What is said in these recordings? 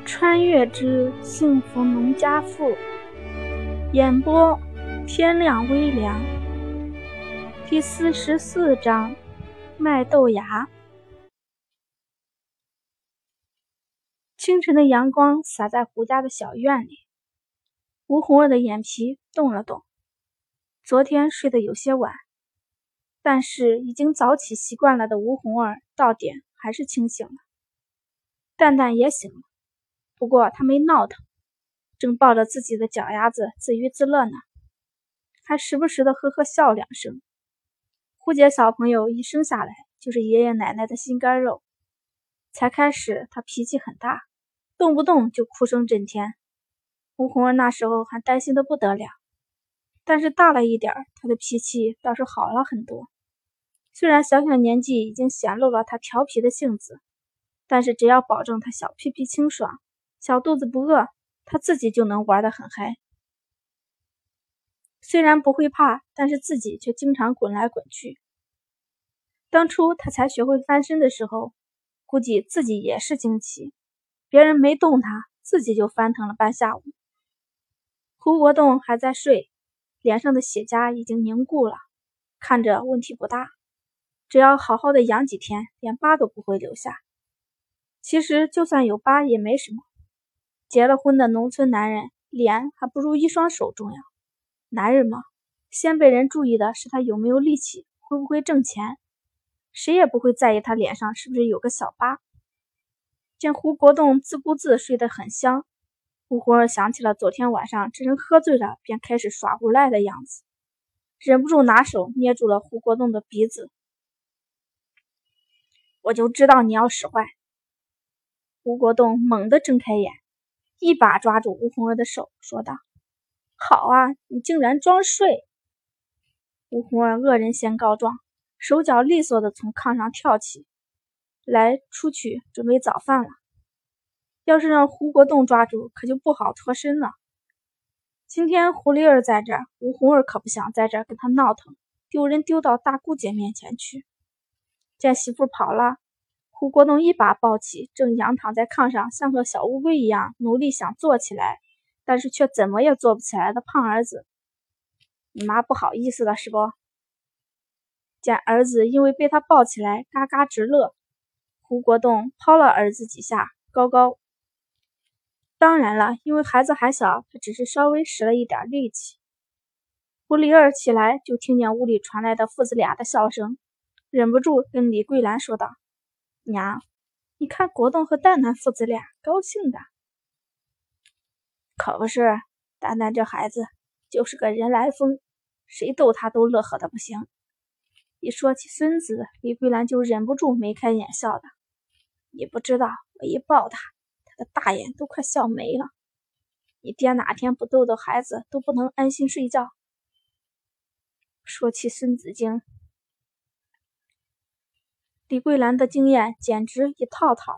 穿越之幸福农家妇，演播天亮微凉。第44章卖豆芽。清晨的阳光洒在胡家的小院里，吴红儿的眼皮动了动。昨天睡得有些晚，但是已经早起习惯了的吴红儿到点还是清醒了。蛋蛋也醒了，不过他没闹腾，正抱着自己的脚丫子自娱自乐呢，还时不时的呵呵笑两声。胡姐小朋友一生下来就是爷爷奶奶的心肝肉，才开始他脾气很大，动不动就哭声震天。吴红儿那时候还担心的不得了，但是大了一点，他的脾气倒是好了很多。虽然小小年纪已经显露了他调皮的性子，但是只要保证他小屁屁清爽，小肚子不饿，他自己就能玩得很嗨。虽然不会怕，但是自己却经常滚来滚去。当初他才学会翻身的时候，估计自己也是惊奇，别人没动他，自己就翻腾了半下午。胡国栋还在睡，脸上的血痂已经凝固了，看着问题不大，只要好好的养几天，连疤都不会留下。其实就算有疤也没什么，结了婚的农村男人脸还不如一双手重要。男人嘛，先被人注意的是他有没有力气，会不会挣钱，谁也不会在意他脸上是不是有个小疤。见胡国栋自顾自睡得很香，吴红儿想起了昨天晚上这人喝醉了便开始耍无赖的样子，忍不住拿手捏住了胡国栋的鼻子。我就知道你要使坏。胡国栋猛地睁开眼，一把抓住吴红儿的手，说道：好啊，你竟然装睡。吴红儿恶人先告状，手脚利索地从炕上跳起来，出去准备早饭了。要是让胡国栋抓住，可就不好脱身了。今天胡丽儿在这儿，吴红儿可不想在这儿跟他闹腾，丢人丢到大姑姐面前去。见媳妇跑了，胡国栋一把抱起正仰躺在炕上像个小乌龟一样努力想坐起来，但是却怎么也坐不起来的胖儿子。你妈不好意思了是不？见儿子因为被他抱起来嘎嘎直乐，胡国栋抛了儿子几下，高高。当然了，因为孩子还小，他只是稍微使了一点力气。胡丽儿起来就听见屋里传来的父子俩的笑声，忍不住跟李桂兰说道：娘，你看国栋和蛋蛋父子俩高兴的。可不是，蛋蛋这孩子就是个人来疯，谁逗他都乐呵的不行。一说起孙子，李桂兰就忍不住眉开眼笑的。你不知道，我一抱他，他的大眼都快笑没了。你爹哪天不逗逗孩子，都不能安心睡觉。说起孙子经，李桂兰的经验简直一套套的。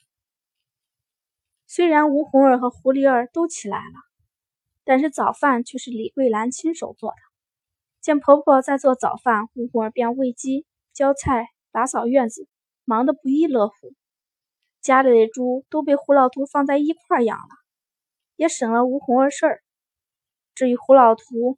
虽然吴红儿和胡丽儿都起来了，但是早饭却是李桂兰亲手做的。见婆婆在做早饭，吴红儿便喂鸡、浇菜、打扫院子，忙得不亦乐乎。家里的猪都被胡老图放在一块养了，也省了吴红儿事儿。至于胡老图，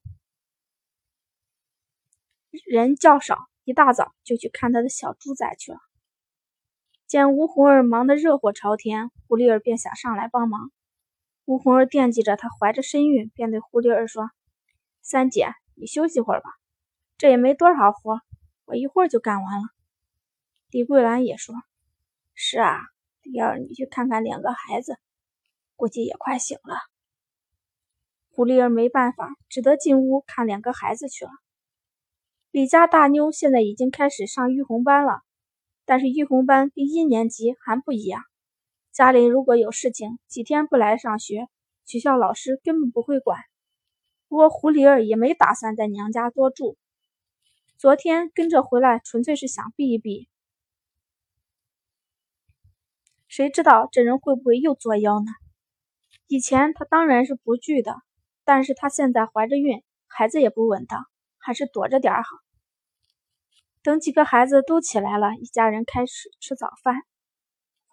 人较少，一大早就去看他的小猪仔去了。见吴红儿忙得热火朝天，胡丽儿便想上来帮忙。吴红儿惦记着她怀着身孕，便对胡丽儿说：三姐，你休息会儿吧，这也没多少活，我一会儿就干完了。李桂兰也说：是啊，丽儿你去看看两个孩子，估计也快醒了。胡丽儿没办法，只得进屋看两个孩子去了。李家大妞现在已经开始上育红班了，但是育红班跟1年级还不一样，家里如果有事情，几天不来上学，学校老师根本不会管。不过胡丽儿也没打算在娘家多住，昨天跟着回来纯粹是想避一避，谁知道这人会不会又作妖呢？以前他当然是不惧的，但是他现在怀着孕，孩子也不稳当，还是躲着点好。等几个孩子都起来了，一家人开始吃早饭。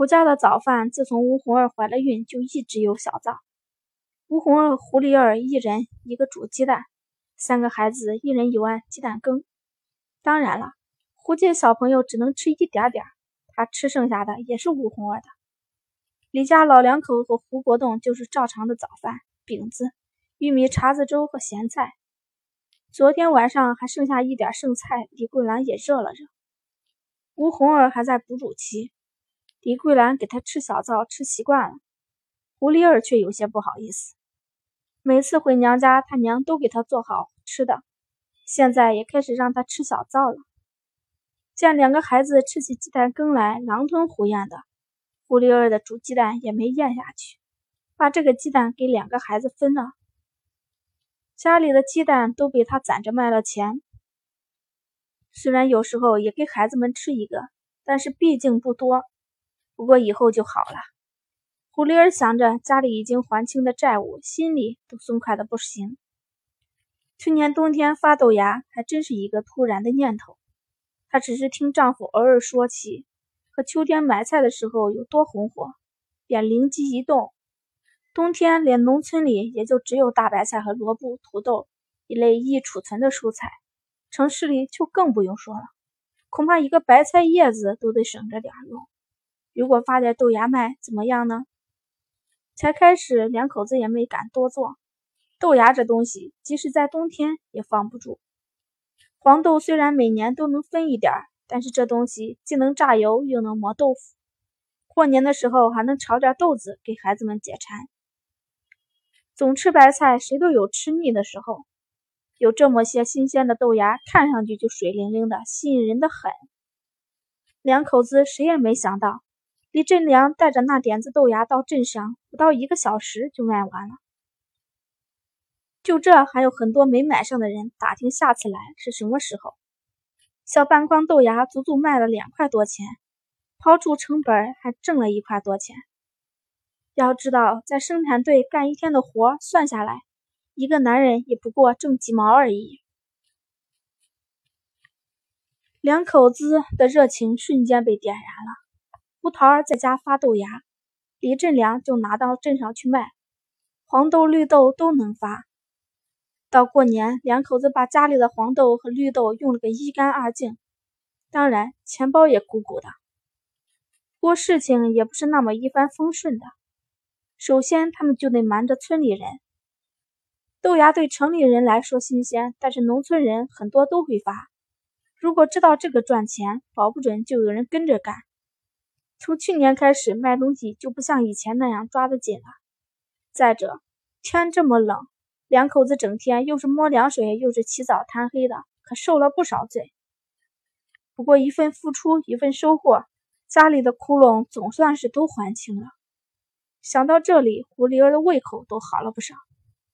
胡家的早饭自从吴红儿怀了孕就一直有小灶。吴红儿和胡丽儿一人一个煮鸡蛋，3个孩子一人一碗鸡蛋羹。当然了，胡家小朋友只能吃一点点，他吃剩下的也是吴红儿的。李家老两口和胡国栋就是照常的早饭，饼子、玉米碴子粥和咸菜。昨天晚上还剩下一点剩菜，李桂兰也热了热。吴红儿还在哺乳期，李桂兰给她吃小灶吃习惯了，胡丽儿却有些不好意思。每次回娘家，她娘都给她做好吃的，现在也开始让她吃小灶了。见2个孩子吃起鸡蛋羹来狼吞虎咽的，胡丽儿的煮鸡蛋也没咽下去，把这个鸡蛋给2个孩子分了。家里的鸡蛋都被她攒着卖了钱，虽然有时候也给孩子们吃一个，但是毕竟不多，不过以后就好了。胡丽儿想着家里已经还清的债务，心里都松快的不行。去年冬天发豆芽还真是一个突然的念头，她只是听丈夫偶尔说起和秋天买菜的时候有多红火，便灵机一动，冬天连农村里也就只有大白菜和萝卜、土豆一类易储存的蔬菜，城市里就更不用说了，恐怕一个白菜叶子都得省着点用。如果发点豆芽卖怎么样呢？才开始2口子也没敢多做，豆芽这东西即使在冬天也放不住。黄豆虽然每年都能分一点，但是这东西既能榨油又能磨豆腐，过年的时候还能炒点豆子给孩子们解馋。总吃白菜谁都有吃腻的时候，有这么些新鲜的豆芽看上去就水灵灵的，吸引人的很。2口子谁也没想到，李振良带着那点子豆芽到镇上，不到1个小时就卖完了。就这还有很多没买上的人打听下次来是什么时候。小半筐豆芽足足卖了2块多钱，刨除成本还挣了1块多钱。要知道在生产队干1天的活算下来，一个男人也不过挣几毛而已。2口子的热情瞬间被点燃了。胡桃儿在家发豆芽，李振良就拿到镇上去卖，黄豆绿豆都能发。到过年，2口子把家里的黄豆和绿豆用了个一干二净，当然钱包也鼓鼓的。不过事情也不是那么一帆风顺的，首先他们就得瞒着村里人。豆芽对城里人来说新鲜，但是农村人很多都会发，如果知道这个赚钱，保不准就有人跟着干。从去年开始卖东西就不像以前那样抓得紧了。再者，天这么冷，2口子整天又是摸凉水又是起早贪黑的，可受了不少罪。不过一份付出一份收获，家里的窟窿总算是都还清了。想到这里，胡丽儿的胃口都好了不少。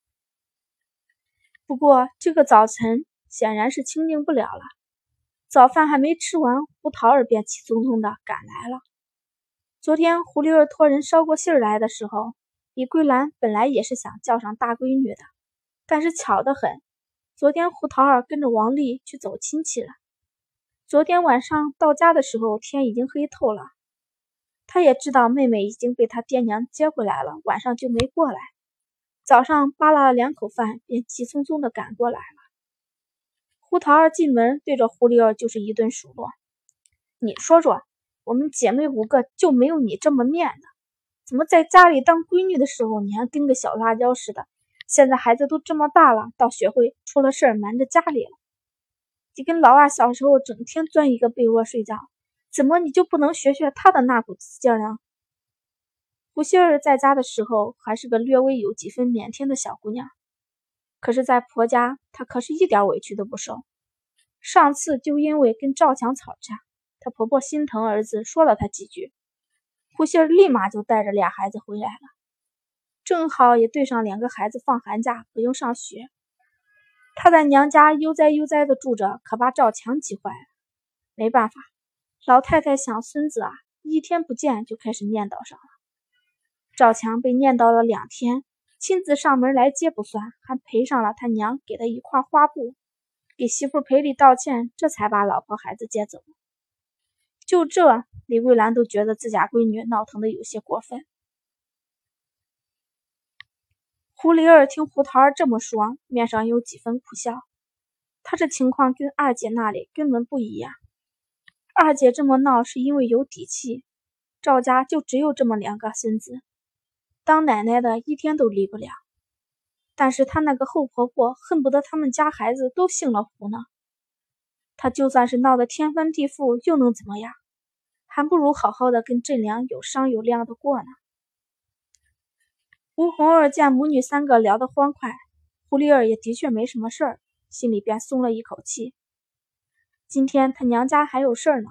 不过这个早晨显然是清静不了了，早饭还没吃完，胡桃儿便气冲冲地赶来了。昨天胡丽儿托人捎过信儿来的时候，李桂兰本来也是想叫上大闺女的，但是巧得很，昨天胡桃儿跟着王丽去走亲戚了。昨天晚上到家的时候天已经黑透了，她也知道妹妹已经被她爹娘接回来了，晚上就没过来。早上扒拉了2口饭，便急匆匆地赶过来了。胡桃儿进门对着胡丽儿就是一顿数落：“你说说，我们姐妹5个就没有你这么面的，怎么在家里当闺女的时候你还跟个小辣椒似的？现在孩子都这么大了，倒学会出了事儿瞒着家里了。你跟老二小时候整天钻一个被窝睡觉，怎么你就不能学学他的那股子劲儿呢？”胡杏儿在家的时候还是个略微有几分腼腆的小姑娘，可是在婆家她可是一点委屈都不受。上次就因为跟赵强吵架，她婆婆心疼儿子说了她几句，胡杏儿立马就带着俩孩子回来了，正好也对上2个孩子放寒假不用上学。她在娘家悠哉悠哉的住着，可把赵强急坏了。没办法，老太太想孙子啊，一天不见就开始念叨上了。赵强被念叨了2天，亲自上门来接不算，还赔上了他娘给的一块花布，给媳妇赔礼道歉，这才把老婆孩子接走。就这李桂兰都觉得自家闺女闹腾的有些过分。胡梨儿听胡桃儿这么说，面上有几分苦笑。她这情况跟二姐那里根本不一样。二姐这么闹是因为有底气，赵家就只有这么2个孙子，当奶奶的一天都离不了。但是她那个后婆婆恨不得他们家孩子都姓了胡呢。她就算是闹得天翻地覆又能怎么样？还不如好好的跟振良有商有量的过呢。吴红儿见母女3个聊得欢快，胡梨儿也的确没什么事儿，心里便松了一口气。今天她娘家还有事儿呢。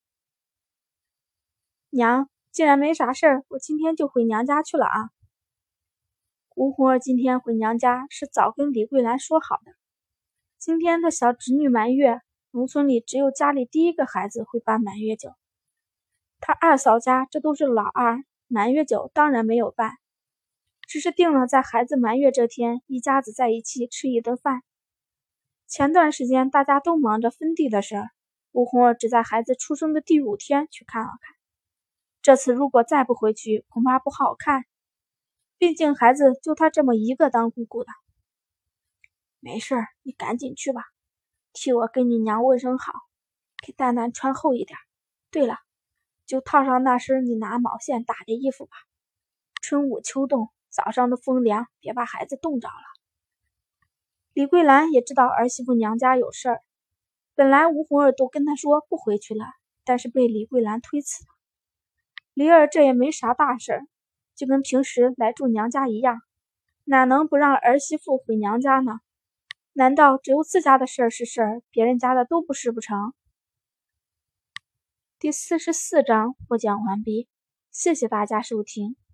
娘，既然没啥事儿，我今天就回娘家去了啊。吴红儿今天回娘家是早跟李桂兰说好的。今天她小侄女满月，农村里只有家里第1个孩子会办满月酒。她二嫂家这都是老二，满月酒当然没有办，只是定了在孩子满月这天，一家子在一起吃一顿饭。前段时间大家都忙着分地的事儿，吴红儿只在孩子出生的第5天去看了看。这次如果再不回去，恐怕不好看。毕竟孩子就她这么一个当姑姑的。没事儿，你赶紧去吧，替我跟你娘问声好，给蛋蛋穿厚一点。对了，就套上那身你拿毛线打的衣服吧。春捂秋冻，早上的风凉，别把孩子冻着了。李桂兰也知道儿媳妇娘家有事儿，本来吴红儿都跟她说不回去了，但是被李桂兰推辞了。梨儿这也没啥大事儿，就跟平时来住娘家一样，哪能不让儿媳妇回娘家呢？难道只有自家的事儿是事儿，别人家的都不是不成？第44章播讲完毕，谢谢大家收听。